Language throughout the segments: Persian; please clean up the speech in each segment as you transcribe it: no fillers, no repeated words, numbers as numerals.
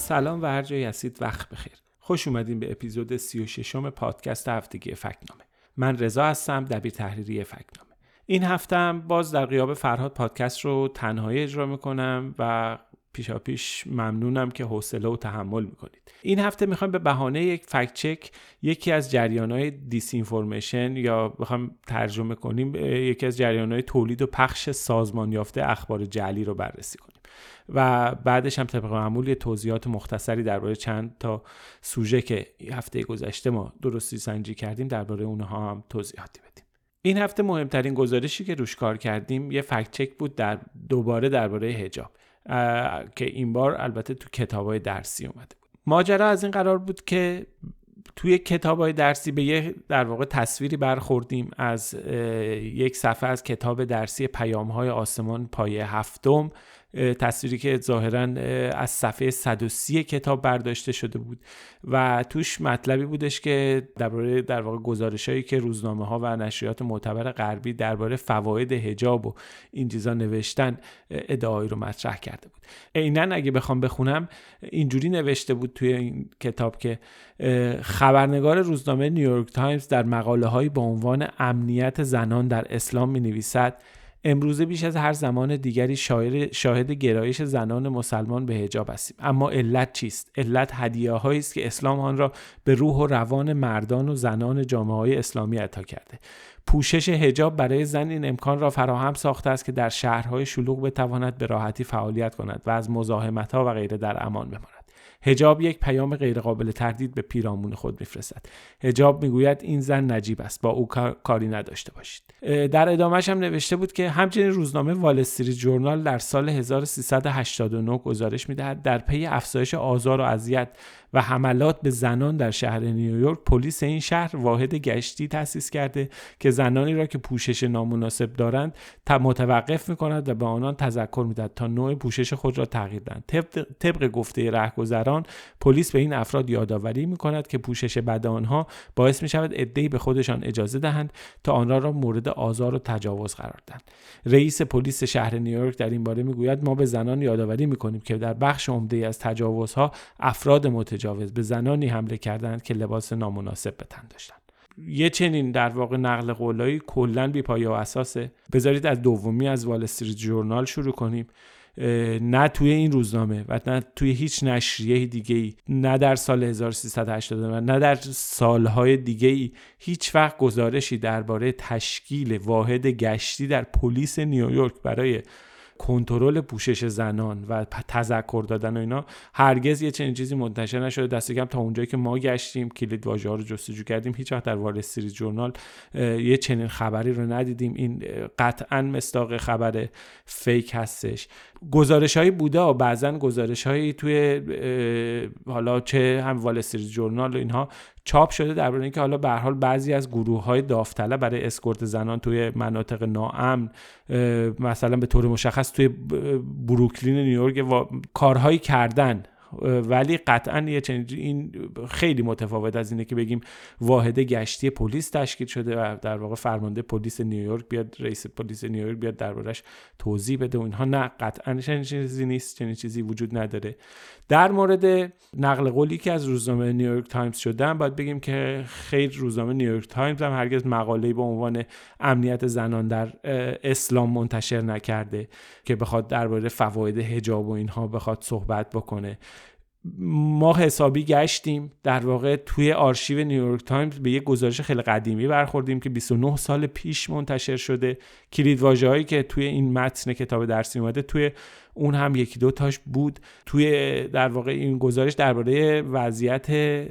سلام و هر جایی هستید وقت بخیر. خوش اومدین به اپیزود 36 پادکست هفتگی فکت‌نامه. من رضا هستم، دبیر تحریری فکت‌نامه. این هفته هم باز در غیاب فرهاد پادکست رو تنهایی اجرا میکنم و پیشاپیش ممنونم که حوصله و تحمل میکنید. این هفته میخوایم به بهانه یک فکت چک یکی از جریان‌های دیس اینفورمیشن یا بخوام ترجمه کنیم یکی از جریان‌های تولید و پخش سازمان یافته اخبار جعلی رو بررسی کنیم و بعدش هم طبق معمول یه توضیحات مختصری درباره چند تا سوژه که هفته گذشته ما درستی سنجی کردیم درباره اونها هم توضیحاتی بدیم. این هفته مهمترین گزارشی که روش کار کردیم یه فکت چک بود دوباره درباره حجاب که این بار البته تو کتابای درسی اومده بود. ماجرا از این قرار بود که توی کتابای درسی به یه در واقع تصویری برخوردیم از یک صفحه از کتاب درسی پیام‌های آسمان پایه هفتم، تصویری که ظاهراً از صفحه 130 کتاب برداشته شده بود و توش مطلبی بودش که درباره در واقع گزارشایی که روزنامه‌ها و نشریات معتبر غربی درباره فواید حجاب و این چیزا نوشتن ادعایی رو مطرح کرده بود. عیناً اگه بخوام بخونم اینجوری نوشته بود توی این کتاب که خبرنگار روزنامه نیویورک تایمز در مقاله‌هایی با عنوان امنیت زنان در اسلام می‌نویسد: امروزه بیش از هر زمان دیگری شاهد گرایش زنان مسلمان به حجاب هستیم. اما علت چیست؟ علت هدیه‌هایی است که اسلام آن را به روح و روان مردان و زنان جامعه‌های اسلامی عطا کرده. پوشش حجاب برای زن این امکان را فراهم ساخته است که در شهرهای شلوغ بتواند به راحتی فعالیت کند و از مزاحمت‌ها و غیره در امان بماند. حجاب یک پیام غیر قابل تردید به پیرامون خود میفرستد. حجاب میگوید این زن نجیب است، با او کاری نداشته باشید. در ادامهش هم نوشته بود که همچنین روزنامه وال استریت ژورنال در سال 1389 گزارش میدهد در پی افزایش آزار و اذیت و حملات به زنان در شهر نیویورک، پلیس این شهر واحد گشتی تأسیس کرده که زنانی را که پوشش نامناسب دارند متوقف می‌کند و به آنان تذکر می‌دهد تا نوع پوشش خود را تغییر دهند. طبق گفته رهگذران، پلیس به این افراد یادآوری می‌کند که پوشش بد آنها باعث می‌شود عده‌ای به خودشان اجازه دهند تا آنها را مورد آزار و تجاوز قرار دهند. رئیس پلیس شهر نیویورک در این باره می‌گوید: ما به زنان یادآوری می‌کنیم که در بخش عمده از تجاوزها افراد متجاوز به زنانی حمله کردند که لباس نامناسب به تن داشتند. یه چنین در واقع نقل قولایی کلاً بی‌پایه و اساسه. بذارید از دومی از وال استریت ژورنال شروع کنیم. نه توی این روزنامه و نه توی هیچ نشریه دیگه‌ای، نه در سال 1389 نه در سالهای دیگه‌ای، هیچ وقت گزارشی درباره تشکیل واحد گشتی در پلیس نیویورک برای کنترل پوشش زنان و تذکر دادن و اینا هرگز یه چنین چیزی منتشر نشده. دست کم تا اونجایی که ما گشتیم کلید واژه‌ها رو جستجو کردیم هیچ وقت در وال استریت ژورنال یه چنین خبری رو ندیدیم. این قطعاً مصداق خبر فیک هستش. گزارش‌هایی بوده و بعضن گزارش‌هایی توی حالا چه هم وال استریت ژورنال و اینها چاپ شده درباره اینکه حالا به هر حال بعضی از گروه‌های داوطلب برای اسکورت زنان توی مناطق ناامن، مثلا به طور مشخص توی بروکلین نیویورک کارهایی کردن، ولی قطعاً این خیلی متفاوت از اینه که بگیم واحد گشتی پلیس تشکیل شده و در واقع فرمانده پلیس نیویورک بیاد، رئیس پلیس نیویورک بیاد دربارش توضیح بده و اینها. نه، قطعاً چنین چیزی نیست، چنین چیزی وجود نداره. در مورد نقل قولی که از روزنامه نیویورک تایمز شدن باید بگیم که خیر، روزنامه نیویورک تایمز هم هرگز مقاله‌ای با عنوان امنیت زنان در اسلام منتشر نکرده که بخواد درباره فواید حجاب و اینها بخواد صحبت بکنه. ما حسابی گشتیم در واقع توی آرشیو نیویورک تایمز به یه گزارش خیلی قدیمی برخوردیم که 29 سال پیش منتشر شده. کلیدواژه‌هایی که توی این متن کتاب درسی اومده توی اون هم یکی دو تاش بود. توی در واقع این گزارش درباره وضعیت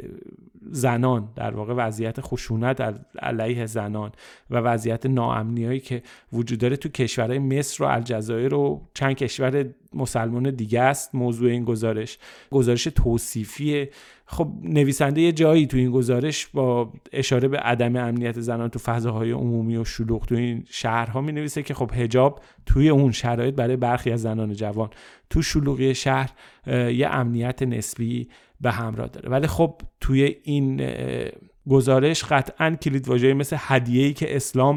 زنان، در واقع وضعیت خشونت علیه زنان و وضعیت ناامنیایی که وجود داره تو کشورهای مصر و الجزایر و چند کشور مسلمان دیگه است موضوع این گزارش توصیفیه. خب نویسنده یه جایی تو این گزارش با اشاره به عدم امنیت زنان تو فضاهای عمومی و شلوغ تو این شهرها می نویسه که خب حجاب توی اون شرایط برای برخی از زنان جوان تو شلوغی شهر یه امنیت نسبی به همراه داره. ولی خب توی این گزارش قطعاً کلیدواژه‌ای مثل هدیه‌ای که اسلام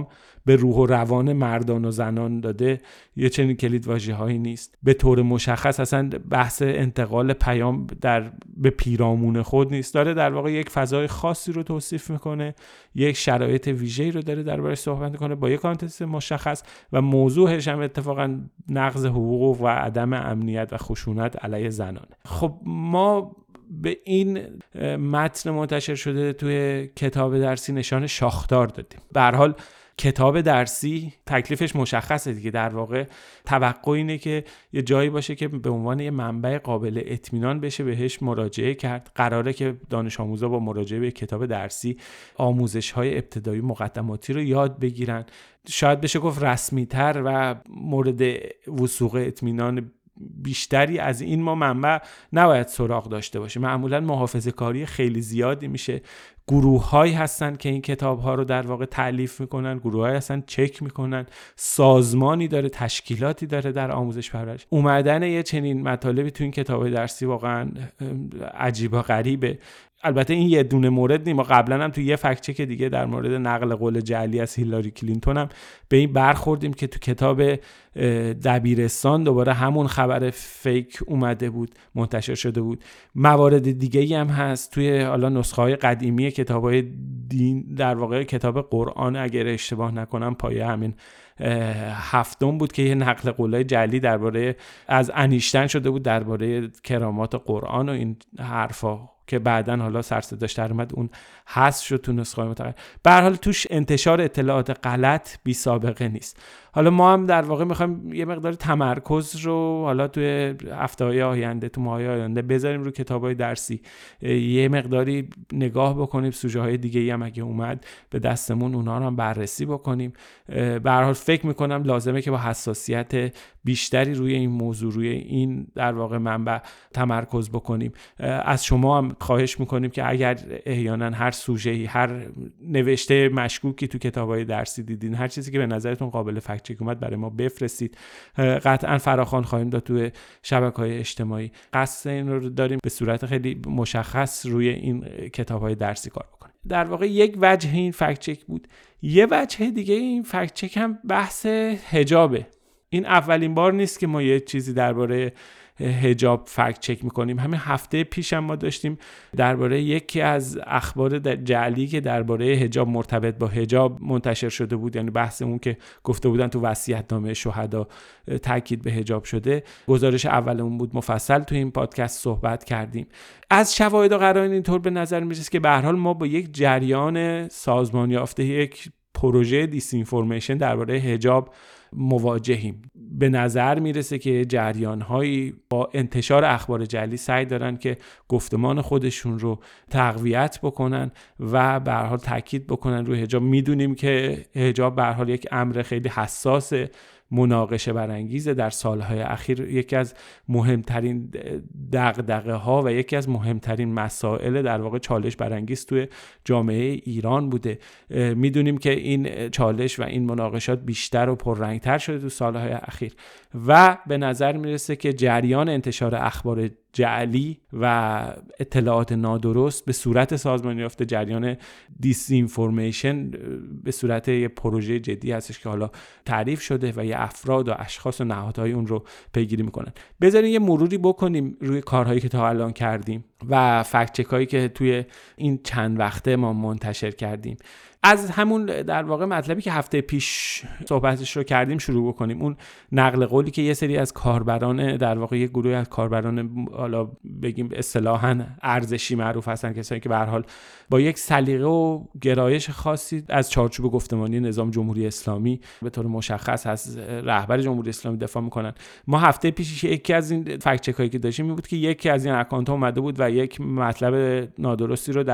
به روح و روان مردان و زنان داده، یه چنین کلید واژه‌هایی نیست. به طور مشخص اصلا بحث انتقال پیام به پیرامون خود نیست. داره در واقع یک فضای خاصی رو توصیف میکنه، یک شرایط ویژه‌ای رو داره دربارش صحبت میکنه با یک کانتکست مشخص و موضوعش هم اتفاقا نقض حقوق و عدم امنیت و خشونت علیه زنانه. خب ما به این متن منتشر شده توی کتاب درسی نشان شاخدار دادیم. به هر حال کتاب درسی تکلیفش مشخصه دیگه، در واقع توقع اینه که یه جایی باشه که به عنوان یه منبع قابل اطمینان بشه بهش مراجعه کرد. قراره که دانش آموزا با مراجعه به کتاب درسی آموزش‌های ابتدایی مقدماتی رو یاد بگیرن، شاید بشه گفت رسمی‌تر و مورد وثوق اطمینان بیشتری از این ما منبع نباید سراغ داشته باشه. معمولا محافظه‌کاری خیلی زیادی میشه. گروه‌هایی هستن که این کتاب‌ها رو در واقع تألیف میکنن، گروه‌هایی هستن چک میکنن، سازمانی داره، تشکیلاتی داره در آموزش پرورش. اومدن یه چنین مطالبی تو این کتاب درسی واقعا عجیب و غریبه. البته این یه دونه مورد نیست، ما قبلا هم تو یه فکت چک دیگه در مورد نقل قول جعلی از هیلاری کلینتون هم به این برخوردیم که تو کتاب دبیرستان دوباره همون خبر فیک اومده بود، منتشر شده بود. موارد دیگه‌ای هم هست توی حالا نسخه‌های قدیمی کتاب‌های دین، در واقع کتاب قرآن اگر اشتباه نکنم پایه همین هفتم بود که یه نقل قولای جعلی درباره از انیشتن شده بود درباره کرامات قرآن و این حرفا که بعدن حالا سرصداش در اومد، اون حذف شد تو نسخه‌های متأخر. به هر حال توش انتشار اطلاعات غلط بی سابقه نیست. حالا ما هم در واقع می‌خوایم یه مقدار تمرکز رو حالا توی هفته‌های آینده، تو ماه‌های آینده بذاریم رو کتاب‌های درسی، یه مقداری نگاه بکنیم، سوژه‌های دیگه‌ای هم اگه اومد به دستمون اونها رو هم بررسی بکنیم. به هر حال فکر می‌کنم لازمه که با حساسیت بیشتری روی این موضوع، روی این در واقع منبع تمرکز بکنیم. از شما هم خواهش می‌کنیم که اگر احیانا هر سوژه‌ای، هر نوشته مشکوکی تو کتاب‌های درسی دیدین، هر چیزی که به نظرتون قابل فکت چک اومد برای ما بفرستید. قطعاً فراخوان خواهیم داد توی شبکه‌های اجتماعی. قصد این رو داریم به صورت خیلی مشخص روی این کتاب‌های درسی کار بکنیم. در واقع یک وجه این فکت چک بود. یه وجه دیگه این فکت چک هم بحث حجابه. این اولین بار نیست که ما یه چیزی درباره حجاب فکت چک میکنیم. همین هفته پیش هم ما داشتیم درباره یکی از اخبار جعلی که درباره حجاب مرتبط با حجاب منتشر شده بود، یعنی بحث اون که گفته بودن تو وصیت‌نامه شهدا تاکید به حجاب شده. گزارش اولمون بود، مفصل تو این پادکست صحبت کردیم. از شواهد و قرائن اینطور به نظر میرسه که به هر حال ما با یک جریان سازمان یافته، یک پروژه دیسینفورمیشن درباره حجاب مواجهیم. به نظر میرسه که جریان‌هایی با انتشار اخبار جعلی سعی دارن که گفتمان خودشون رو تقویت بکنن و به هر حال تاکید بکنن روی حجاب. میدونیم که حجاب به هر حال یک امر خیلی حساس، مناقشه برانگیزه. در سالهای اخیر یکی از مهمترین دغدغه‌ها و یکی از مهمترین مسائل در واقع چالش برانگیز توی جامعه ایران بوده. میدونیم که این چالش و این مناقشات بیشتر و پررنگتر شده تو سالهای اخیر و به نظر میرسه که جریان انتشار اخبار جعلی و اطلاعات نادرست به صورت سازمانی یافته، جریان دیسینفورمیشن به صورت یه پروژه جدی هستش که حالا تعریف شده و یه افراد و اشخاص و نهادهای اون رو پیگیری میکنن. بذارین یه مروری بکنیم روی کارهایی که تا الان کردیم و فکت چکایی که توی این چند وقته ما منتشر کردیم. از همون در واقع مطلبی که هفته پیش صحبتش رو کردیم شروع بکنیم. اون نقل قولی که یه سری از کاربران، در واقع یه گروه از کاربران، حالا بگیم اصطلاحاً ارزشی معروف هستن، کسایی که به هر حال با یک سلیقه و گرایش خاصی از چارچوب گفتمانی نظام جمهوری اسلامی به طور مشخص از رهبر جمهوری اسلامی دفاع میکنن. ما هفته پیش یکی از این فکت چکایی که داشتیم این بود که یکی از این اکانت‌ها اومده بود و یک مطلب نادرستی رو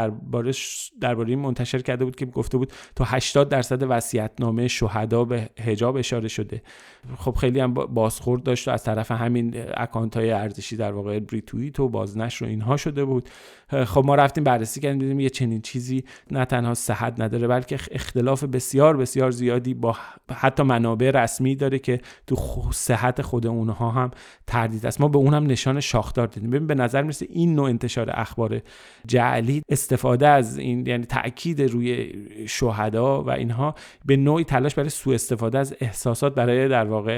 درباره این منتشر کرده بود که گفته بود تو 80% وصیت‌نامه شهدا به حجاب اشاره شده. خب خیلی هم بازخورد داشت و از طرف همین اکانت‌های ارزشی در واقع ریتوییت و بازنشر و اینها شده بود. خب ما رفتیم بررسی کردیم، دیدیم یه چنین چیزی نه تنها صحت نداره بلکه اختلاف بسیار بسیار زیادی با حتی منابع رسمی داره که تو صحت خود اونها هم تردید است. ما به اونم نشان شاخدار دیدیم. ببین به نظر میرسه این نوع انتشار اخبار جعلی استفاده از این، یعنی تأکید روی شهدا و اینها به نوعی تلاش برای سوء استفاده از احساسات برای در واقع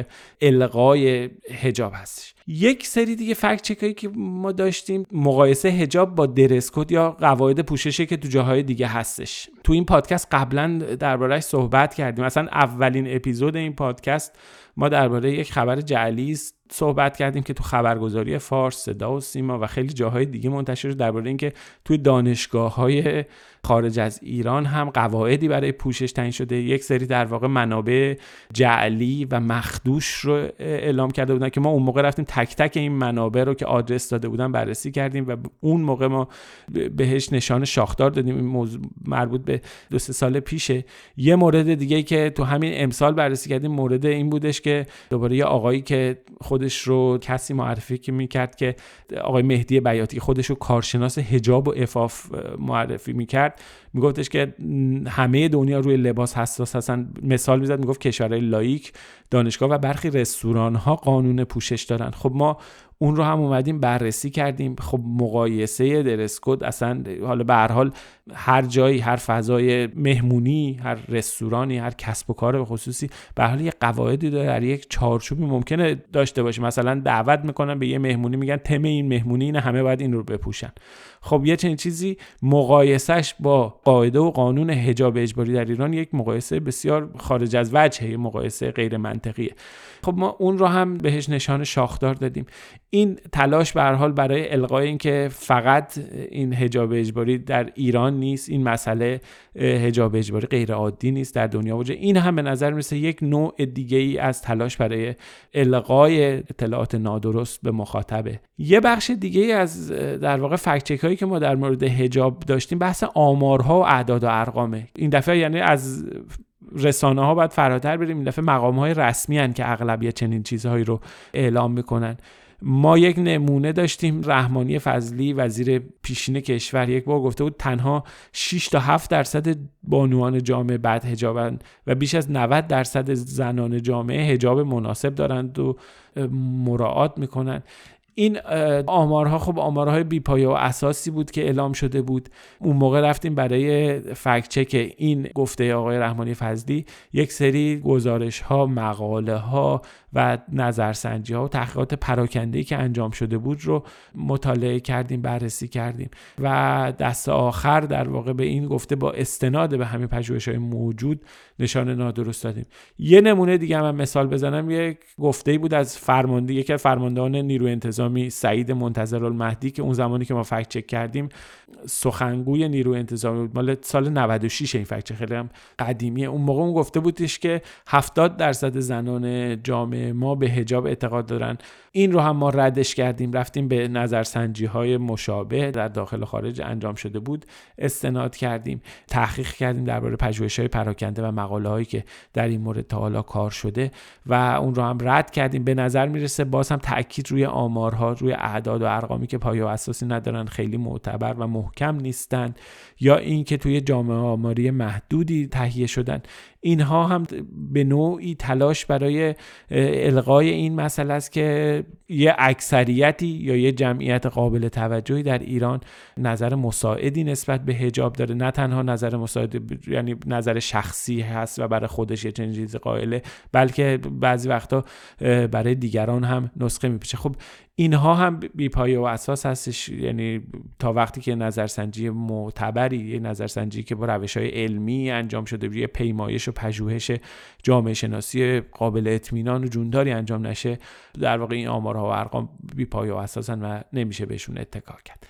الغای حجاب هستش. یک سری دیگه فکت چکایی که ما داشتیم مقایسه حجاب با درس کد یا قواعد پوششی که تو جاهای دیگه هستش. تو این پادکست قبلا درباره‌اش صحبت کردیم. مثلا اولین اپیزود این پادکست ما درباره یک خبر جعلی صحبت کردیم که تو خبرگزاری فارس، صدا و سیما و خیلی جاهای دیگه منتشر شد درباره اینکه توی دانشگاه‌های خارج از ایران هم قواعدی برای پوشش تعیین شده. یک سری در واقع منابع جعلی و مخدوش رو اعلام کرده بودن که ما اون موقع رفتیم تک تک این منابع رو که آدرس داده بودن بررسی کردیم و اون موقع ما بهش نشان شاخدار دادیم. این موضوع مربوط به 2-3 سال پیشه. یه مورد دیگه که تو همین امسال بررسی کردیم مورد این بودش که دوباره یه آقایی که خودش رو کسی معرفی که میکرد که آقای مهدی بیاتی خودش رو کارشناس حجاب و عفاف معرفی میکرد، میگفتش که همه دنیا روی لباس حساس هستن. مثال میزد، میگفت کشورهای لایک، دانشگاه و برخی رستوران ها قانون پوشش دارن. خب ما اون رو هم اومدیم بررسی کردیم. خب مقایسه درس کد اصلا حالا به هر حال هر جایی، هر فضای مهمونی، هر رستورانی، هر کسب و کار به خصوصی به هر حال یه قواعدی داره، در یک چارچوبی ممکنه داشته باشه. مثلا دعوت میکنن به یه مهمونی، میگن تم این مهمونی اینه، همه باید این رو بپوشن. خب یه چنین چیزی مقایسهش با قاعده و قانون حجاب اجباری در ایران یک مقایسه بسیار خارج از وجهه، مقایسه غیر منطقیه. خب ما اون رو هم بهش نشان شاخدار دادیم. این تلاش به هر حال برای الغای این که فقط این حجاب اجباری در ایران نیست، این مسئله حجاب اجباری غیر عادی نیست، در دنیا وجود، این هم به نظر میسه یک نوع دیگه ای از تلاش برای الغای اطلاعات نادرست به مخاطبه. یه بخش دیگه ای از در واقع فکت چک هایی که ما در مورد حجاب داشتیم بحث آمارها و اعداد و ارقامه. این دفعه یعنی از رسانه ها باید فراتر بریم، این دفعه مقام های رسمی هن که اغلبیت چنین چیزهایی رو اعلام میکنن. ما یک نمونه داشتیم، رحمانی فضلی وزیر پیشین کشور یک بار گفته بود تنها 6 تا 7% بانوان جامعه بعد حجابن و بیش از 90% زنان جامعه حجاب مناسب دارند و مراعات میکنن. این آمارها خب آمارهای بی‌پایه و اساسی بود که اعلام شده بود. اون موقع رفتیم برای فکت چک این گفته آقای رحمانی فضلی یک سری گزارش‌ها، مقاله‌ها و نظرسنجی‌ها و تحقیقات پراکنده‌ای که انجام شده بود رو مطالعه کردیم، بررسی کردیم و دست آخر در واقع به این گفته با استناد به همین پژوهش‌های موجود نشان نادرست دادیم. یه نمونه دیگه هم مثال بزنم، یک گفته‌ای بود از یکی از فرماندهان نیروی انتظامی سعید منتظرالمهدی که اون زمانی که ما فکت چک کردیم سخنگوی نیروی انتظامی بود، مال سال 96. این فکت چک خیلی هم قدیمیه. اون موقع اون گفته بودش که 70% زنان جامعه ما به حجاب اعتقاد دارن. این رو هم ما ردش کردیم، رفتیم به نظرسنجی‌های مشابه در داخل و خارج انجام شده بود استناد کردیم، تحقیق کردیم درباره پژوهش‌های پراکنده و مقاله‌هایی که در این مورد تا حالا کار شده و اون رو هم رد کردیم. به نظر میرسه باز هم تأکید روی آمارها، روی اعداد و ارقامی که پایه و اساسی ندارن، خیلی معتبر و محکم نیستن، یا این که توی جامعه آماری محدودی تهیه شدن، اینها هم به نوعی تلاش برای الغای این مسئله است که یه اکثریتی یا یه جمعیت قابل توجهی در ایران نظر مساعدی نسبت به حجاب داره. نه تنها نظر مساعد یعنی نظر شخصی هست و برای خودش یه چنین چیزی قائله، بلکه بعضی وقتا برای دیگران هم نسخه میپیچه. خب اینها هم بی‌پایه و اساس هستش، یعنی تا وقتی که نظرسنجی معتبری، یه نظرسنجی که با روش‌های علمی انجام شده، یه پیمایش و پژوهش جامعه شناسی قابل اطمینان و جونداری انجام نشه، در واقع این آمارها و ارقام بی‌پایه و اساسن و نمیشه بهشون اتکا کرد.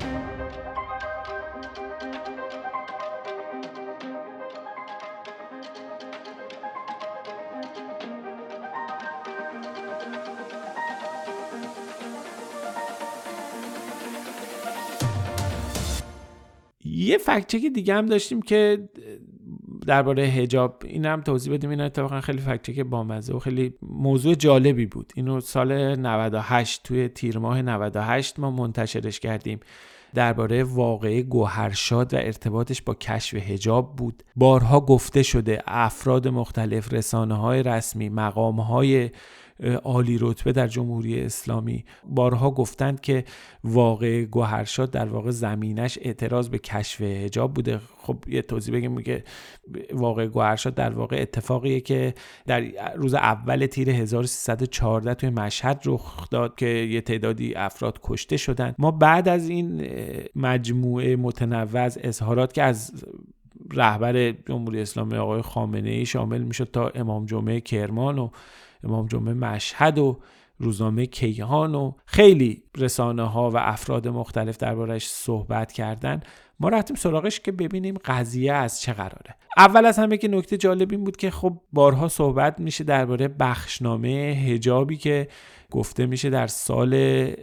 یه فکت چک دیگه هم داشتیم که درباره حجاب، این هم توضیح بدیم. این اتفاقا خیلی فکت چک بامزه و خیلی موضوع جالبی بود. اینو سال 98 توی تیر ماه 98 ما منتشرش کردیم. درباره واقعه گوهرشاد و ارتباطش با کشف حجاب بود. بارها گفته شده افراد مختلف، رسانه‌های رسمی، مقام‌های عالی رتبه در جمهوری اسلامی بارها گفتند که واقعه گوهرشاد در واقع زمینش اعتراض به کشف حجاب بوده. خب یه توضیح بگیم که واقعه گوهرشاد در واقع اتفاقیه که در روز اول تیر 1314 توی مشهد رخ داد که یه تعدادی افراد کشته شدند. ما بعد از این مجموعه متنوع از اظهارات که از رهبر جمهوری اسلامی آقای خامنه‌ای شامل میشد تا امام جمعه کرمان و امام جمعه مشهد و روزنامه کیهان و خیلی رسانه‌ها و افراد مختلف دربارش صحبت کردن، ما رفتیم سراغش که ببینیم قضیه از چه قراره. اول از همه که نکته جالب این بود که خب بارها صحبت میشه درباره بخشنامه حجابی که گفته میشه در سال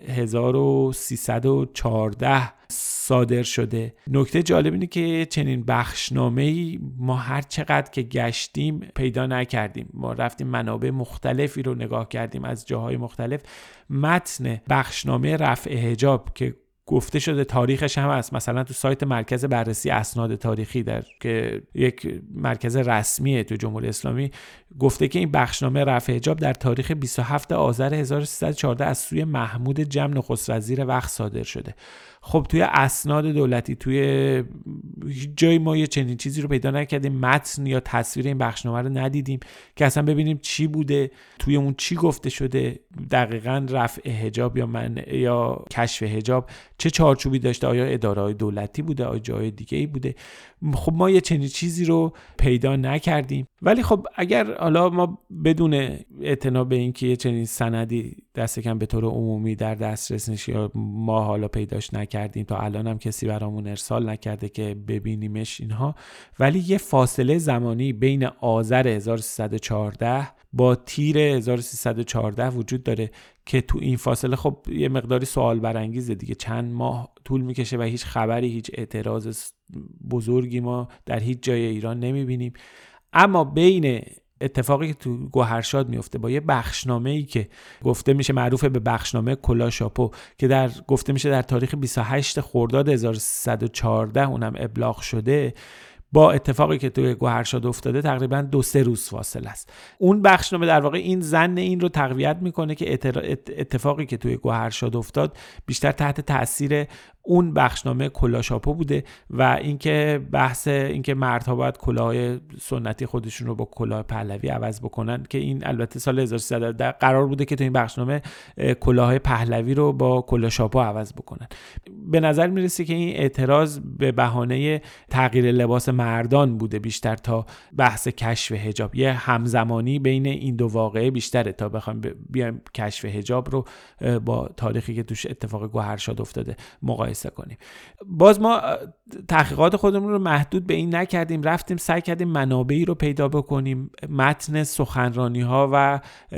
1314 صادر شده. نکته جالب اینه که چنین بخشنامه‌ای ما هر چقدر که گشتیم پیدا نکردیم. ما رفتیم منابع مختلفی رو نگاه کردیم از جاهای مختلف. متن بخشنامه رفع حجاب که گفته شده تاریخش هم هست، مثلا تو سایت مرکز بررسی اسناد تاریخی که یک مرکز رسمیه تو جمهوری اسلامی، گفته که این بخشنامه رفع حجاب در تاریخ 27 آذر 1314 از سوی محمود جم نخست وزیر وقت صادر شده. خب توی اسناد دولتی توی جای ما یه چنین چیزی رو پیدا نکردیم، متن یا تصویر این بخشنامه رو ندیدیم که اصلا ببینیم چی بوده، توی اون چی گفته شده، دقیقاً رفع حجاب یا کشف حجاب چه چارچوبی داشته، آیا اداره‌های دولتی بوده، آیا جای دیگه‌ای بوده. خب ما یه چنین چیزی رو پیدا نکردیم. ولی خب اگر حالا ما بدون اعتنا به این که یه چنین سندی دست کم به طور عمومی در دسترس نشه یا ما حالا پیداش نکردیم، تا الان هم کسی برامون ارسال نکرده که ببینیمش اینها، ولی یه فاصله زمانی بین آذر 1314 با تیر 1314 وجود داره که تو این فاصله خب یه مقداری سوال برانگیزه دیگه. چند ماه طول میکشه و هیچ خبری، هیچ اعتراض بزرگی ما در هیچ جای ایران نمیبینیم. اما بین اتفاقی که تو گوهرشاد میفته با یه بخشنامه‌ای که گفته میشه معروف به بخشنامه کلاشاپو که گفته میشه در تاریخ 28 خرداد 1314 اونم ابلاغ شده، با اتفاقی که توی گوهرشاد افتاده تقریبا 2-3 روز فاصله است. اون بخشنامه در واقع این ظن این رو تقویت میکنه که اتفاقی که توی گوهرشاد افتاد بیشتر تحت تاثیر اون بخشنامه کلاشاپو بوده و اینکه بحث اینکه مردها باید کلاهای سنتی خودشون رو با کلاه پهلوی عوض بکنن، که این البته سال 1300 قرار بوده که تو این بخشنامه کلاه پهلوی رو با کلاشاپو عوض بکنن. به نظر میرسه که این اعتراض به بهانه تغییر لباس مردان بوده بیشتر تا بحث کشف حجاب. یه همزمانی بین این دو واقعه بیشتره تا بخوایم بیایم کشف حجاب رو با تاریخی که توش اتفاق گوهرشاد افتاده مقایسه کنیم. باز ما تحقیقات خودمون رو محدود به این نکردیم، رفتیم سعی کردیم منابعی رو پیدا بکنیم، متن سخنرانی ها و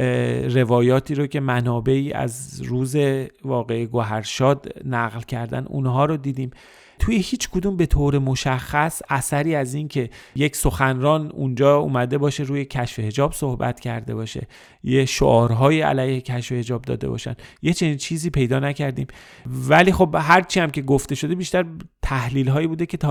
روایاتی رو که منابعی از روز واقعه گوهرشاد نقل کردن اونها رو دیدیم. توی هیچ کدوم به طور مشخص اثری از این که یک سخنران اونجا اومده باشه روی کشف حجاب صحبت کرده باشه، یه شعارهای علیه کشف حجاب داده باشن، یه چنین چیزی پیدا نکردیم. ولی خب هرچی هم که گفته شده بیشتر تحلیل هایی بوده که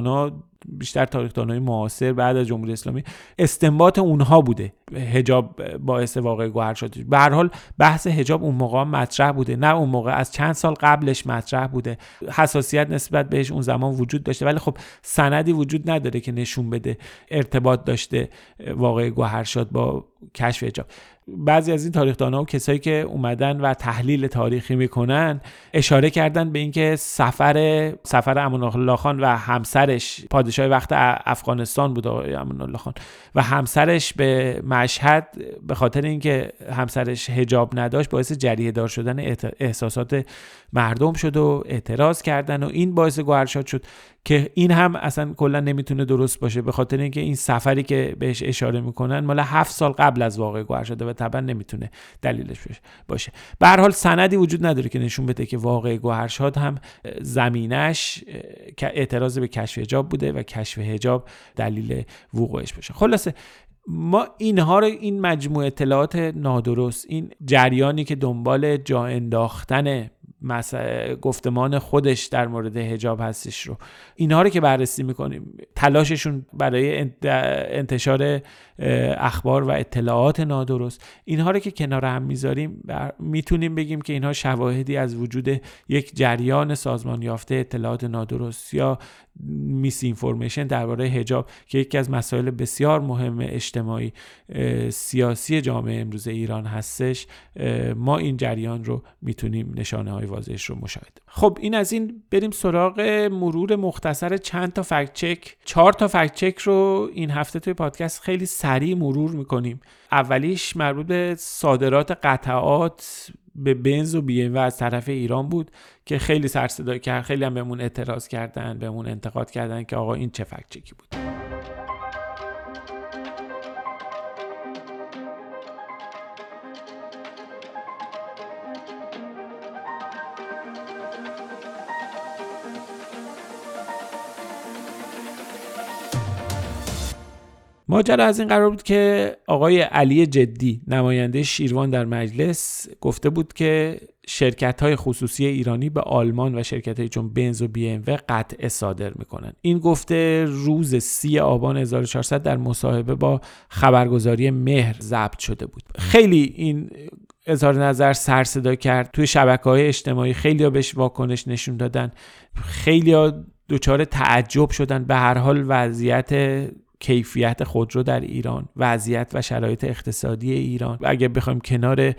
تاریخدانای معاصر بعد از جمهوری اسلامی استنباط اونها بوده حجاب باعث واقعه گوهرشاد. به هر حال بحث حجاب اون موقع مطرح بوده، نه اون موقع، از چند سال قبلش مطرح بوده، حساسیت نسبت بهش اون زمان وجود داشته، ولی خب سندی وجود نداره که نشون بده ارتباط داشته واقعه گوهرشاد با کشف حجاب. بعضی از این تاریخ‌دان‌ها و کسایی که اومدن و تحلیل تاریخی میکنن اشاره کردن به اینکه سفر امان‌الله خان و همسرش، پادشاه وقت افغانستان بود آقای امان‌الله خان، و همسرش به مشهد به خاطر اینکه همسرش حجاب نداشت باعث جریحه دار شدن احساسات مردم شد و اعتراض کردن و این باعث گوهرشاد شد، که این هم اصلا کلا نمیتونه درست باشه به خاطر اینکه این سفری که بهش اشاره میکنن مال 7 سال قبل از واقعه گوهرشاد و طبعا نمیتونه دلیلش باشه. به هر حال سندی وجود نداره که نشون بده که واقعه گوهرشاد هم زمینش اعتراض به کشف حجاب بوده و کشف حجاب دلیل وقوعش باشه. خلاصه ما اینها رو، این مجموعه اطلاعات نادرست، این جریانی که دنبال جا انداختن گفتمان خودش در مورد حجاب هستش رو، اینها رو که بررسی میکنیم، تلاششون برای انتشار اخبار و اطلاعات نادرست، اینها رو که کنار هم میذاریم میتونیم بگیم که اینها شواهدی از وجود یک جریان سازمان یافته اطلاعات نادرست یا میس اینفورمیشن درباره حجاب که یکی از مسائل بسیار مهم اجتماعی سیاسی جامعه امروز ایران هستش، ما این جریان رو میتونیم نشانه های واضحش رو مشاهده. خب این از این. بریم سراغ مرور مختصر چند تا فکت چک. 4 تا فکت چک رو این هفته توی پادکست خیلی سریع مرور میکنیم. اولیش مربوط به صادرات قطعات به بنز و BMW از طرف ایران بود که خیلی سر صدا کرد، خیلی هم بهمون اعتراض کردن، بهمون انتقاد کردن که آقا این چه فکت چکی بود. ماجرا از این قرار بود که آقای علی جدی نماینده شیروان در مجلس گفته بود که شرکت‌های خصوصی ایرانی به آلمان و شرکت‌هایی چون بنز و BMW قطعه صادر می‌کنن. این گفته روز 30 آبان 1400 در مصاحبه با خبرگزاری مهر ضبط شده بود. خیلی این اظهار نظر سر صدا کرد توی شبکه‌های اجتماعی، خیلی‌ها بهش واکنش نشون دادن، خیلی‌ها دچار تعجب شدن. به هر حال وضعیت کیفیت خودرو در ایران، وضعیت و شرایط اقتصادی ایران، اگه بخوایم کنار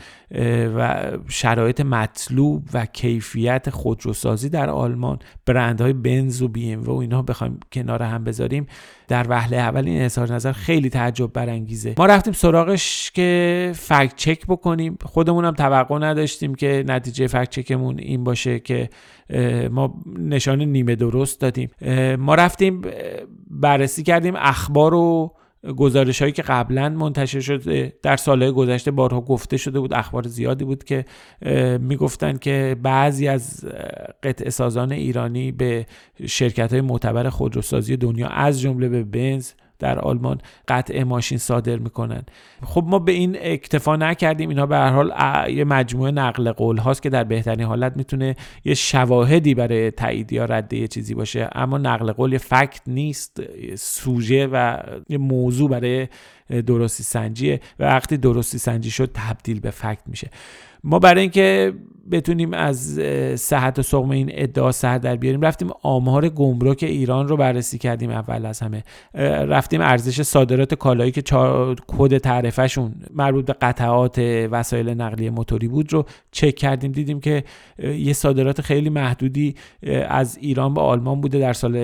و شرایط مطلوب و کیفیت خودروسازی در آلمان، برندهای بنز و BMW و اینها بخوایم کنار هم بذاریم، در وهله اول این اظهار نظر خیلی تعجب برانگیزه. ما رفتیم سراغش که فکت چک بکنیم. خودمون هم توقع نداشتیم که نتیجه فکت چکمون این باشه که ما نشان نیمه درست دادیم. ما رفتیم بررسی کردیم اخبار و گزارش هایی که قبلا منتشر شده در سالهای گذشته، بارها گفته شده بود، اخبار زیادی بود که میگفتن که بعضی از قطعه سازان ایرانی به شرکت های معتبر خودروسازی دنیا از جمله به بنز در آلمان قطعه ماشین صادر میکنن. خب ما به این اکتفا نکردیم. اینا به هر حال یه مجموعه نقل قول هاست که در بهترین حالت میتونه یه شواهدی برای تایید یا رد یه چیزی باشه، اما نقل قول یه فکت نیست، سوژه و یه موضوع برای درستی سنجیه و وقتی درستی سنجی شد تبدیل به فکت میشه. ما برای اینکه بتونیم از صحت و سقم این ادعا سر در بیاریم رفتیم آمار گمرک ایران رو بررسی کردیم. اول از همه رفتیم ارزش صادرات کالایی که کد تعرفه‌شون مربوط به قطعات وسایل نقلیه موتوری بود رو چک کردیم. دیدیم که یه صادرات خیلی محدودی از ایران به آلمان بوده در سال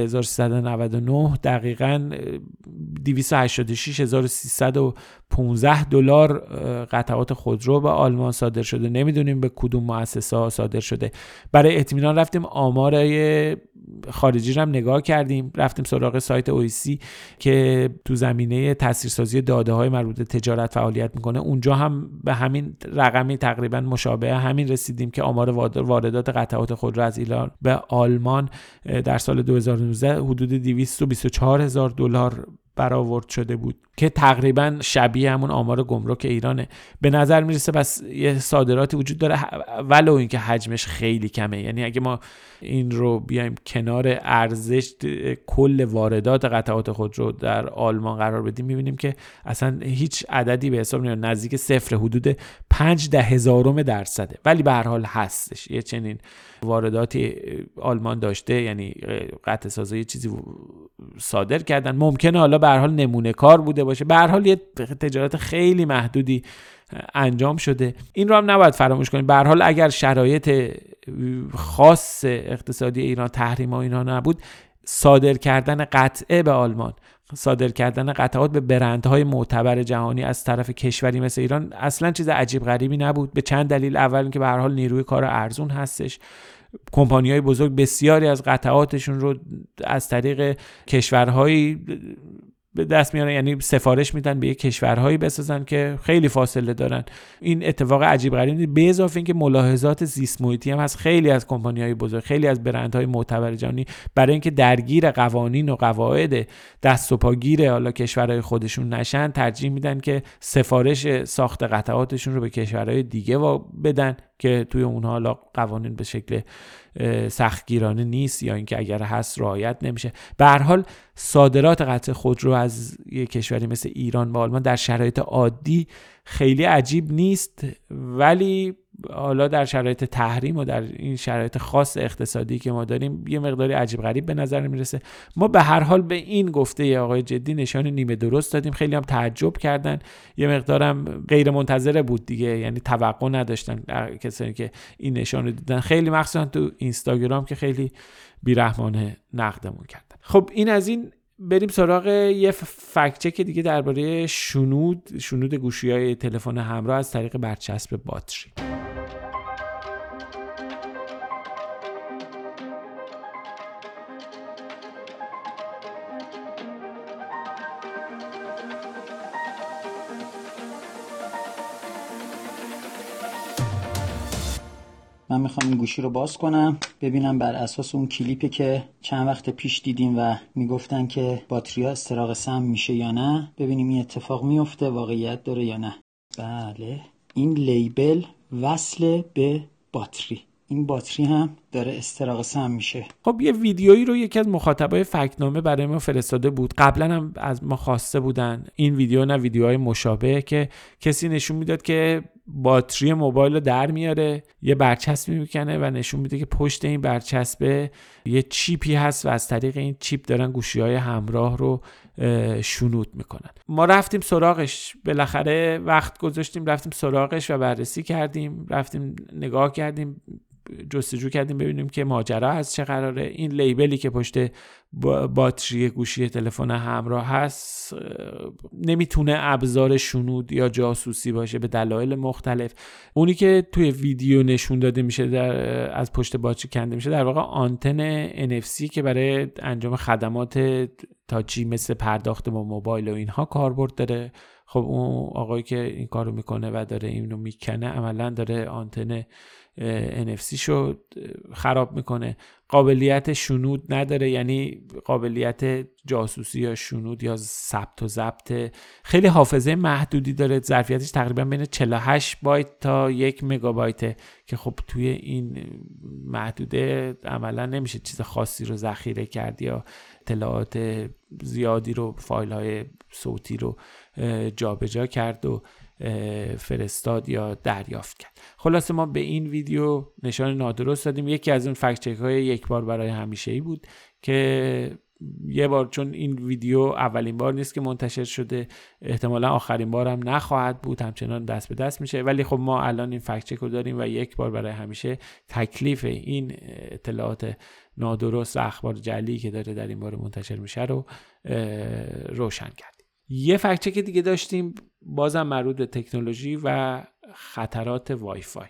1399، دقیقاً 286315 دلار قطعات خودرو به آلمان صادر شده. نمیدونیم به کدوم مؤسسه صادر شده. برای اطمینان رفتیم آمارای خارجی رو هم نگاه کردیم. رفتیم سراغ سایت OECD که تو زمینه تاثیرسازی داده‌های مربوط به تجارت فعالیت میکنه. اونجا هم به همین رقمی تقریبا مشابه همین رسیدیم که آمار واردات قطعات خودرو از ایران به آلمان در سال 2019 حدود 224000 دلار برآورد شده بود که تقریبا شبیه همون آمار گمرک ایرانه. به نظر میرسه بس یه صادراتی وجود داره ولو اینکه حجمش خیلی کمه. یعنی اگه ما این رو بیایم کنار ارزش کل واردات قطعات خودرو در آلمان قرار بدیم میبینیم که اصلا هیچ عددی به حساب نمیاد، نزدیک صفر، حدود 0.5%، ولی به هر حال هستش. یه چنین وارداتی آلمان داشته، یعنی قطع سازی چیزی صادر کردن. ممکنه حالا به هر حال نمونه کار بوده باشه، به هر حال یه تجارت خیلی محدودی انجام شده. این رو هم نباید فراموش کنیم. به هر حال اگر شرایط خاص اقتصادی ایران، تحریم ها اینا نبود، صادر کردن قطعه به آلمان، صادر کردن قطعات به برندهای معتبر جهانی از طرف کشوری مثل ایران اصلا چیز عجیب غریبی نبود، به چند دلیل. اول اینکه به هر حال نیروی کار ارزون هستش. کمپانی‌های بزرگ بسیاری از قطعاتشون رو از طریق کشورهای به دست میارن، یعنی سفارش میدن به یک کشورهایی بسازن که خیلی فاصله دارن. این اتفاق عجیب غریب نیست. به اضافه اینکه ملاحظات زیست محیطی هم هست. خیلی از کمپانی‌های بزرگ، خیلی از برندهای معتبر جهانی برای اینکه درگیر قوانین و قواعد دست و پاگیر حالا کشورهای خودشون نشن، ترجیح میدن که سفارش ساخت قطعاتشون رو به کشورهای دیگه بدن که توی اونها حالا قوانین به شکل سختگیرانه نیست یا اینکه اگر هست رعایت نمیشه. به هر حال صادرات قطع خودرو از یک کشوری مثل ایران و آلمان در شرایط عادی خیلی عجیب نیست، ولی حالا در شرایط تحریم و در این شرایط خاص اقتصادی که ما داریم یه مقداری عجیب غریب به نظر میرسه. ما به هر حال به این گفته آقای جدی نشان نیمه درست دادیم. خیلی هم تعجب کردن، یه مقدارم غیر منتظره بود دیگه، یعنی توقع نداشتن کسانی که این نشان رو دیدن، خیلی مخصوصا تو اینستاگرام که خیلی بیرحمانه نقدمون کردن. خب این از این. بریم سراغ یه فکت چک دیگه درباره شنود گوشی‌های تلفن همراه از طریق برچسب باتری. من میخوام این گوشی رو باز کنم ببینم بر اساس اون کلیپی که چند وقت پیش دیدیم و میگفتن که باتریا استراق سم میشه یا نه، ببینیم این اتفاق میفته، واقعیت داره یا نه. بله، این لیبل وصل به باتری، این باتری هم داره استراق سم میشه. خب یه ویدیویی رو یکی از مخاطبای فکت‌نامه برای ما فرستاده بود، قبلا هم از ما خواسته بودن این ویدیو نه ویدیوهای مشابه که کسی نشون میداد که باتری موبایل رو در میاره، یه برچسبی میکنه و نشون میده که پشت این برچسبه یه چیپی هست و از طریق این چیپ دارن گوشی‌های همراه رو شنود میکنن. ما رفتیم سراغش، بالاخره وقت گذاشتیم رفتیم سراغش و بررسی کردیم، رفتیم نگاه کردیم، جستجو کردیم ببینیم که ماجرا از چه قراره. این لیبلی که پشت باتری گوشی تلفن همراه هست نمیتونه ابزار شنود یا جاسوسی باشه به دلایل مختلف. اونی که توی ویدیو نشون داده میشه از پشت باتری کنده میشه در واقع آنتن NFC که برای انجام خدمات تاچی مثل پرداخت با موبایل و اینها کاربرد داره. خب اون آقایی که این کارو میکنه و داره اینو میکنه عملا داره آنتن NFC شو خراب میکنه. قابلیت شنود نداره، یعنی قابلیت جاسوسی یا شنود یا ثبت و ضبط. خیلی حافظه محدودی داره، ظرفیتش تقریبا بین 48 بایت تا 1 مگابایت که خب توی این محدوده عملا نمیشه چیز خاصی رو ذخیره کرد یا اطلاعات زیادی رو، فایل های صوتی رو جابجا کرد و فرستاد یا دریافت کرد. خلاصه ما به این ویدیو نشان نادرست دادیم. یکی از اون فکت چک های یک بار برای همیشه‌ای بود که یه بار، چون این ویدیو اولین بار نیست که منتشر شده، احتمالا آخرین بار هم نخواهد بود، همچنان دست به دست میشه، ولی خب ما الان این فکت چک رو داریم و یک بار برای همیشه تکلیف این اطلاعات نادرست و اخبار جعلی که داره در این باره منتشر میشه رو روشن کردیم. یه فکت چک دیگه داشتیم، بازم مربوط به تکنولوژی و خطرات وای فای.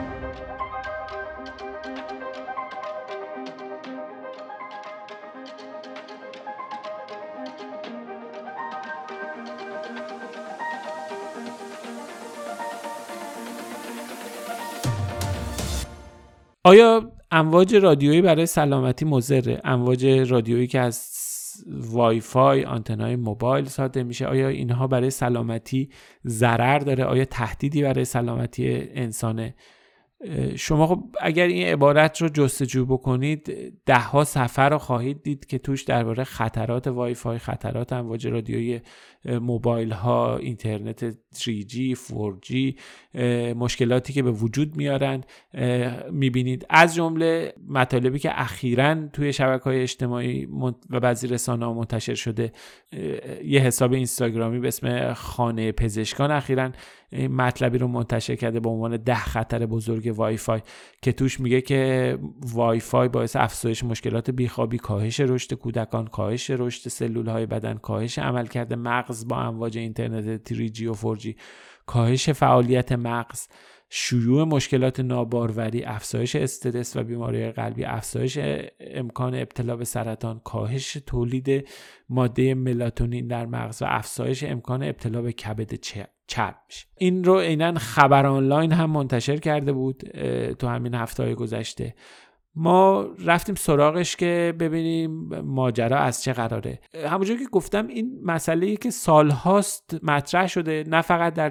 آیا امواج رادیویی برای سلامتی مضره؟ امواج رادیویی که از وای فای، آنتنای موبایل صادر میشه، آیا اینها برای سلامتی ضرر داره؟ آیا تهدیدی برای سلامتی انسانه؟ شما خب اگر این عبارت رو جستجو بکنید 10 صفحه رو خواهید دید که توش درباره خطرات وای فای، خطرات امواج رادیویی موبایل ها، اینترنت 3G، 4G، مشکلاتی که به وجود میارن میبینید. از جمله مطالبی که اخیراً توی شبکه‌های اجتماعی و بعضی رسانه‌ها منتشر شده، یه حساب اینستاگرامی به اسم خانه پزشکان اخیراً مطلبی رو منتشر کرده با عنوان 10 خطر بزرگ وای فای که توش میگه که وای فای باعث افزایش مشکلات بیخوابی، کاهش رشد کودکان، کاهش رشد سلول‌های بدن، کاهش عملکرد مغز با امواج اینترنت 3G و 4G، کاهش فعالیت مغز، شیوع مشکلات ناباروری، افزایش استرس و بیماری قلبی، افزایش امکان ابتلا به سرطان، کاهش تولید ماده ملاتونین در مغز و افزایش امکان ابتلا به کبد چرب میشه. این رو عیناً خبر آنلاین هم منتشر کرده بود تو همین هفته‌های گذشته. ما رفتیم سراغش که ببینیم ماجرا از چه قراره. همونجور که گفتم این مسئله‌ای که سالهاست مطرح شده، نه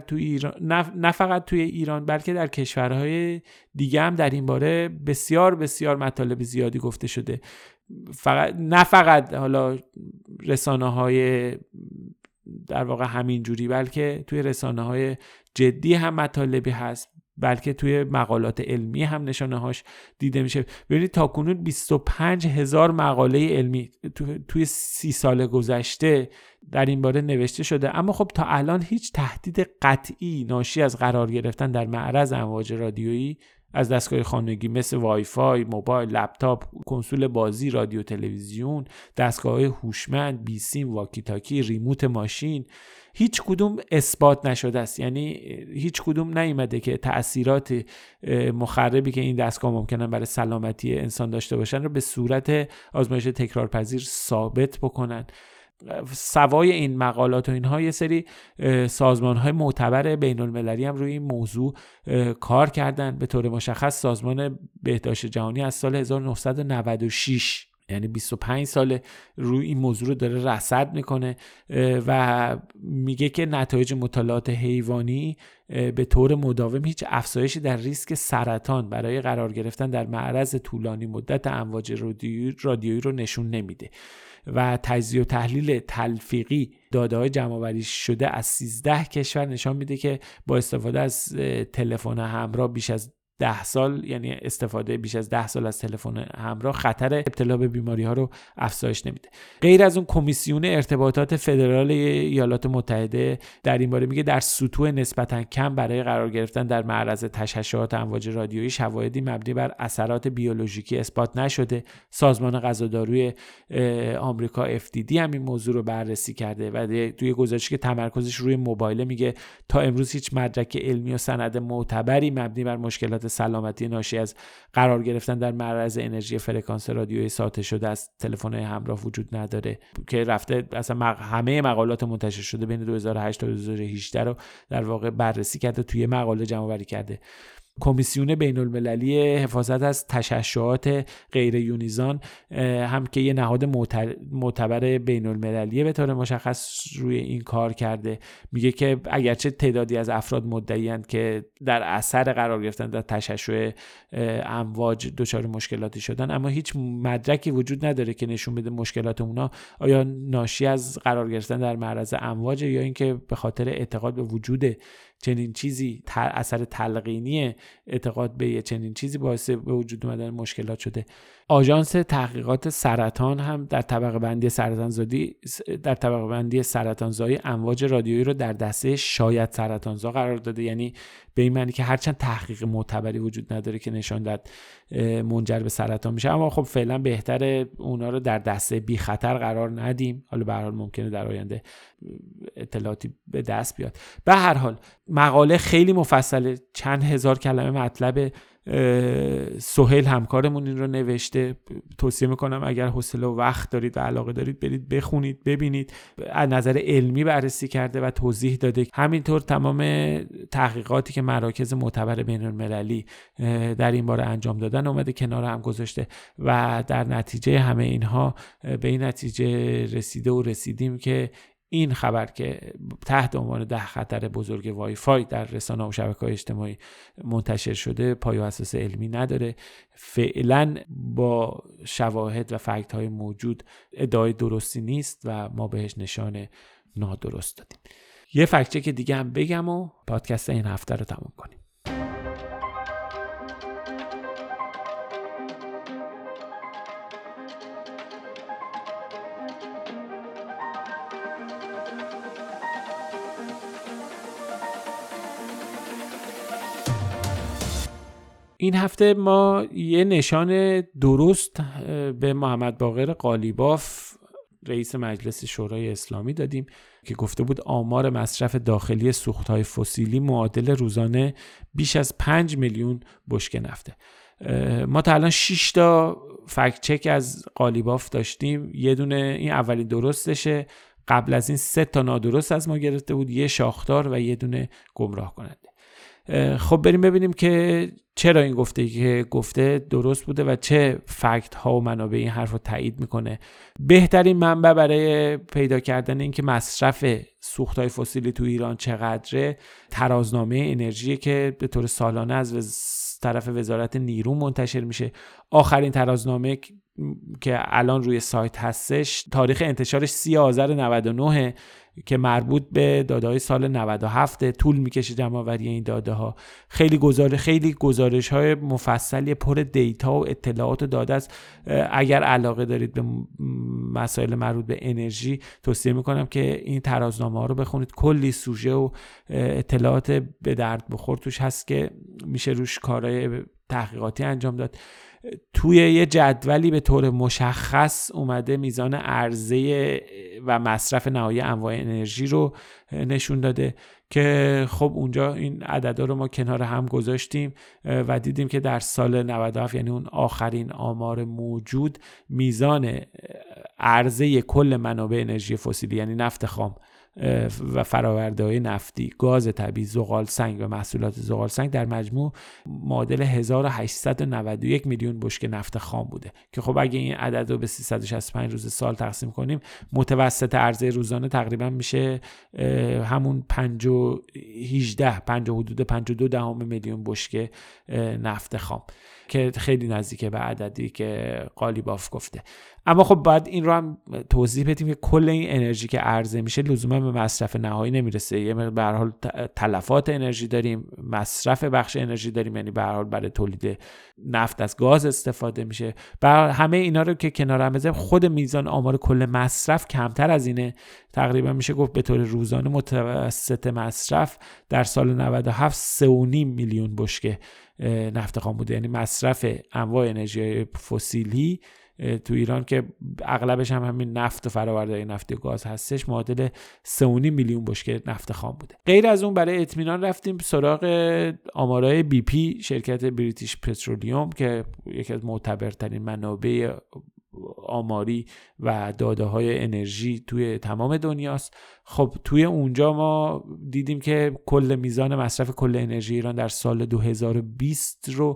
فقط توی ایران بلکه در کشورهای دیگه هم در این باره بسیار بسیار مطالب زیادی گفته شده. نه فقط حالا رسانه‌های در واقع همین جوری، بلکه توی رسانه‌های جدی هم مطالبی هست، بلکه توی مقالات علمی هم نشانه‌هاش دیده میشه. ببینید تاکنون 25,000 مقاله علمی توی 30 سال گذشته در این باره نوشته شده، اما خب تا الان هیچ تهدید قطعی ناشی از قرار گرفتن در معرض امواج رادیویی از دستگاه خانگی مثل وای فای، موبایل، لپتاپ، کنسول بازی، رادیو تلویزیون، دستگاه‌های هوشمند، بیسیم، واکی تاکی، ریموت ماشین، هیچ کدوم اثبات نشده است. یعنی هیچ کدوم نیامده که تأثیرات مخربی که این دستگاه ممکنه برای سلامتی انسان داشته باشن رو به صورت آزمایش تکرارپذیر ثابت بکنن. سوای این مقالات و اینها یه سری سازمان‌های معتبر بین‌المللی هم روی این موضوع کار کردن. به طور مشخص سازمان بهداشت جهانی از سال 1996 یعنی 25 ساله روی این موضوع رو داره رصد میکنه و میگه که نتایج مطالعات حیوانی به طور مداوم هیچ افزایشی در ریسک سرطان برای قرار گرفتن در معرض طولانی مدت امواج رادیویی رو نشون نمیده و تجزیه و تحلیل تلفیقی داده‌های جمع‌آوری شده از 13 کشور نشان میده که با استفاده از تلفن همراه بیش از 10 سال، یعنی استفاده بیش از 10 سال از تلفن همراه، خطر ابتلا به بیماری‌ها رو افزایش نمیده. غیر از اون کمیسیون ارتباطات فدرال ایالات متحده در این باره میگه در سطوح نسبتاً کم برای قرار گرفتن در معرض تشعشعات امواج رادیویی شواهدی مبنی بر اثرات بیولوژیکی اثبات نشده. سازمان غذاداروی آمریکا FDD هم این موضوع رو بررسی کرده و توی گزارشی که تمرکزش روی موبایل میگه تا امروز هیچ مدرک علمی و سند معتبری مبنی بر مشکلات سلامتی ناشی از قرار گرفتن در معرض انرژی فرکانس رادیویی ساطع شده از تلفن همراه وجود نداره که رفته اصلا همه مقالات منتشر شده بین 2008 تا 2018 رو در واقع بررسی کرده، توی مقاله جمع آوری کرده. کمیسیون بین‌المللی حفاظت از تشعشعات غیر یونیزان هم که یه نهاد معتبر بین‌المللی به طور مشخص روی این کار کرده، میگه که اگرچه تعدادی از افراد مدعی‌اند که در اثر قرار گرفتن در تشعشع امواج دچار مشکلاتی شدن، اما هیچ مدرکی وجود نداره که نشون بده مشکلات اونا آیا ناشی از قرار گرفتن در معرض امواج یا اینکه به خاطر اعتقاد به وجود چنین چیزی، اثر تلقینی اعتقاد به چنین چیزی باعث به وجود اومدن مشکلات شده. آژانس تحقیقات سرطان هم در طبقه بندی سرطانزایی امواج رادیویی رو در دسته شاید سرطانزا قرار داده، یعنی به این معنی که هرچند تحقیق معتبری وجود نداره که نشان داد منجر به سرطان میشه، اما خب فعلا بهتره اونا رو در دسته بی خطر قرار ندیم. حالا به هر حال ممکنه در آینده اطلاعاتی به دست بیاد. به هر حال مقاله خیلی مفصله، چند هزار کلمه مطلب. سهیل همکارمون این رو نوشته. توصیه میکنم اگر حوصله و وقت دارید و علاقه دارید برید بخونید، ببینید. از نظر علمی بررسی کرده و توضیح داده. همینطور تمام تحقیقاتی که مراکز معتبر بین‌المللی در این باره انجام دادن اومده کنار هم گذاشته و در نتیجه همه اینها به این نتیجه رسیدیم که این خبر که تحت عنوان 10 خطر بزرگ وای فای در رسانه‌ها و شبکه‌های اجتماعی منتشر شده پای و اساس علمی نداره. فعلا با شواهد و فکت‌های موجود ادعای درستی نیست و ما بهش نشان نادرست دادیم. یه فکت چک دیگه هم بگم و پادکست این هفته رو تموم کنیم. این هفته ما یه نشان درست به محمد باقر قالیباف رئیس مجلس شورای اسلامی دادیم که گفته بود آمار مصرف داخلی سوختهای فسیلی معادل روزانه بیش از 5 میلیون بشکه نفته. ما تا الان 6 تا فکت چک از قالیباف داشتیم. یه دونه این اولی درستشه، قبل از این 3 تا نادرست از ما گرفته بود، یه شاخدار و یه دونه گمراه کننده. خب بریم ببینیم که چرا این گفته درست بوده و چه فکت ها و منابع این حرف رو تایید میکنه. بهترین منبع برای پیدا کردن این که مصرف سوختهای فسیلی تو ایران چقدره ترازنامه انرژی که به طور سالانه از طرف وزارت نیرو منتشر میشه. آخرین ترازنامه که الان روی سایت هستش تاریخ انتشارش 30 آذر 99 که مربوط به داده‌های سال 97. طول میکشه جمع‌آوری این داده‌ها. خیلی گزارش‌های مفصلی پر دیتا و اطلاعات و داده است. اگر علاقه دارید به مسائل مربوط به انرژی توصیه میکنم که این ترازنامه‌ها رو بخونید. کلی سوژه و اطلاعات به درد بخور توش هست که میشه روش کارهای تحقیقاتی انجام داد. توی یه جدولی به طور مشخص اومده میزان عرضه و مصرف نهایی انواع انرژی رو نشون داده که خب اونجا این عددا رو ما کنار هم گذاشتیم و دیدیم که در سال 97 یعنی اون آخرین آمار موجود میزان عرضه کل منابع انرژی فسیلی یعنی نفت خام و فرآورده‌های نفتی، گاز طبیعی، زغال سنگ و محصولات زغال سنگ در مجموع معادل 1891 میلیون بشکه نفت خام بوده که خب اگه این عدد رو به 365 روز سال تقسیم کنیم متوسط عرضه روزانه تقریبا میشه همون 52 میلیون بشکه نفت خام که خیلی نزدیکه به عددی که قالیباف گفته. اما خب باید این رو هم توضیح بدیم که کل این انرژی که عرضه میشه لزوما به مصرف نهایی نمیرسه. یه به هر حال تلفات انرژی داریم، مصرف بخش انرژی داریم، یعنی به هر حال برای تولید نفت از گاز استفاده میشه. برای همه اینا رو که کنار هم بذاریم خود میزان آمار کل مصرف کمتر از اینه. تقریبا میشه گفت به طور روزانه متوسط مصرف در سال 97 3.5 میلیون بشکه نفت خام بوده، یعنی مصرف انواع انرژی فسیلی تو ایران که اغلبش هم همین نفت و فرآورده‌های نفتی و گاز هستش معادل 3.5 میلیون بشکه نفت خام بوده. غیر از اون برای اطمینان رفتیم سراغ آمارهای بی پی، شرکت بریتیش پترولیوم که یکی از معتبرترین منابع آماری و داده‌های انرژی توی تمام دنیاست. خب توی اونجا ما دیدیم که کل میزان مصرف کل انرژی ایران در سال 2020 رو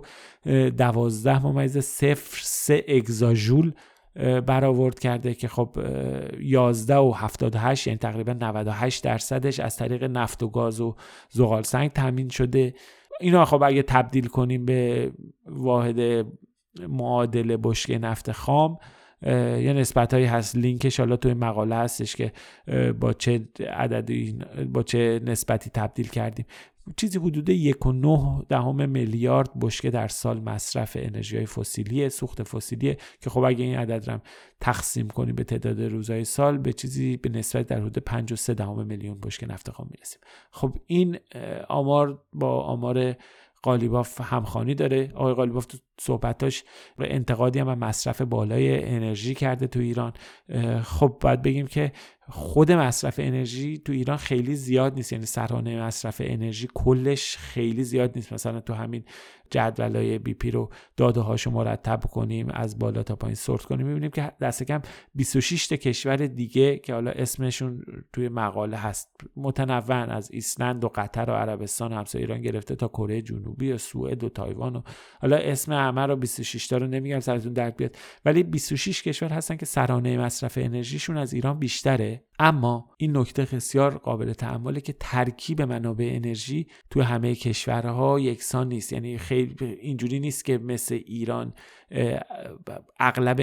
12.03 اگزاژول برآورد کرده که خب 11.78 یعنی تقریبا 98% از طریق نفت و گاز و زغال سنگ تامین شده. اینا خب اگه تبدیل کنیم به واحد معادل بشکه نفت خام یا نسبت‌هایی هست، لینکش حالا توی مقاله هستش که با چه عددی با چه نسبتی تبدیل کردیم. چیزی حدود 1.9 میلیارد بشکه در سال مصرف انرژی‌های فسیلی، سوخت فسیلی که خب اگه این عدد رو تقسیم کنیم به تعداد روزهای سال به چیزی به نسبت در حدود 5.3 میلیون بشکه نفت خام میرسیم. خب این آمار با آمار قالیباف همخوانی داره. آقای قالیباف تو صحبتاش انتقادی هم مصرف بالای انرژی کرده تو ایران. خب باید بگیم که خود مصرف انرژی تو ایران خیلی زیاد نیست، یعنی سرانه مصرف انرژی کلش خیلی زیاد نیست. مثلا تو همین جدولای بی پی رو داده هاشو مرتب کنیم از بالا تا پایین سورت کنیم میبینیم که دست کم 26 تا کشور دیگه که حالا اسمشون توی مقاله هست متنوع از ایسلند و قطر و عربستان و همسایه ایران گرفته تا کره جنوبی و سوئد و تایوان و حالا اسم همه رو 26 تا رو نمیگم سرتون درد بیاد، ولی 26 کشور هستن که سرانه مصرف انرژیشون از ایران بیشتره. اما این نکته بسیار قابل تأمله که ترکیب منابع انرژی توی همه کشورها یکسان نیست. یعنی خیلی اینجوری نیست که مثل ایران اغلب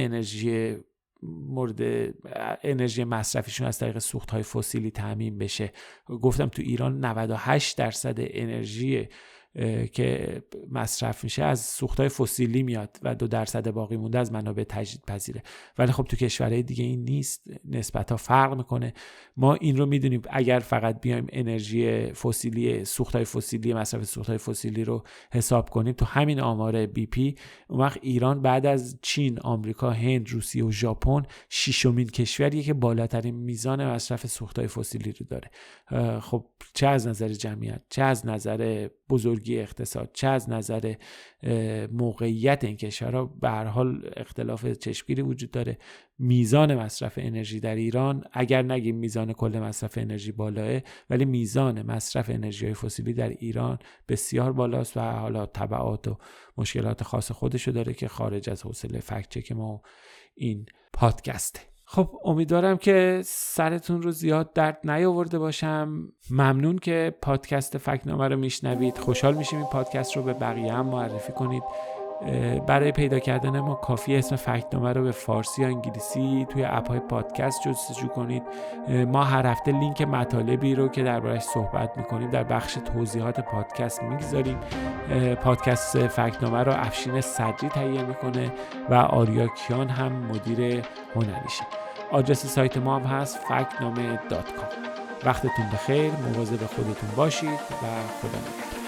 انرژی مصرفیشون از طریق سوخت‌های فسیلی تامین بشه. گفتم تو ایران 98% انرژی که مصرف میشه از سوختهای فسیلی میاد و 2% باقی مونده از منابع تجدیدپذیره. ولی خب تو کشورهای دیگه این نیست، نسبت‌ها فرق میکنه. ما این رو میدونیم اگر فقط بیایم انرژی فسیلی، سوختهای فسیلی، مصرف سوختهای فسیلی رو حساب کنیم تو همین آمار BP، اون وقت ایران بعد از چین، آمریکا، هند، روسیه و ژاپن 6مین کشوریه که بالاترین میزان مصرف سوختهای فسیلی رو داره. خب چه از نظر جمعیت، چه از نظر بزرگی اقتصاد، چه از نظر موقعیت این کشورها، به هر حال اختلاف چشمگیری وجود داره. میزان مصرف انرژی در ایران، اگر نگیم میزان کل مصرف انرژی بالاه، ولی میزان مصرف انرژی فسیلی در ایران بسیار بالاست و حالا تبعات و مشکلات خاص خودشو داره که خارج از حوصله فکت چک ما این پادکسته. خب امیدوارم که سرتون رو زیاد درد نیاورده باشم. ممنون که پادکست فکت‌نامه رو میشنوید. خوشحال میشیم این پادکست رو به بقیه هم معرفی کنید. برای پیدا کردن ما کافی اسم فکت‌نامه رو به فارسی یا انگلیسی توی اپ‌های پادکست جستجو کنید. ما هر هفته لینک مطالبی رو که درباره‌اش صحبت می‌کنیم در بخش توضیحات پادکست می‌گذاریم. پادکست فکت‌نامه رو افشین صدری تهیه می‌کنه و آریا کیان هم مدیر هنریشه. آدرس سایت ما هم هست fakname.com. وقتتون بخیر، مواظب خودتون باشید و خدا نگهدار.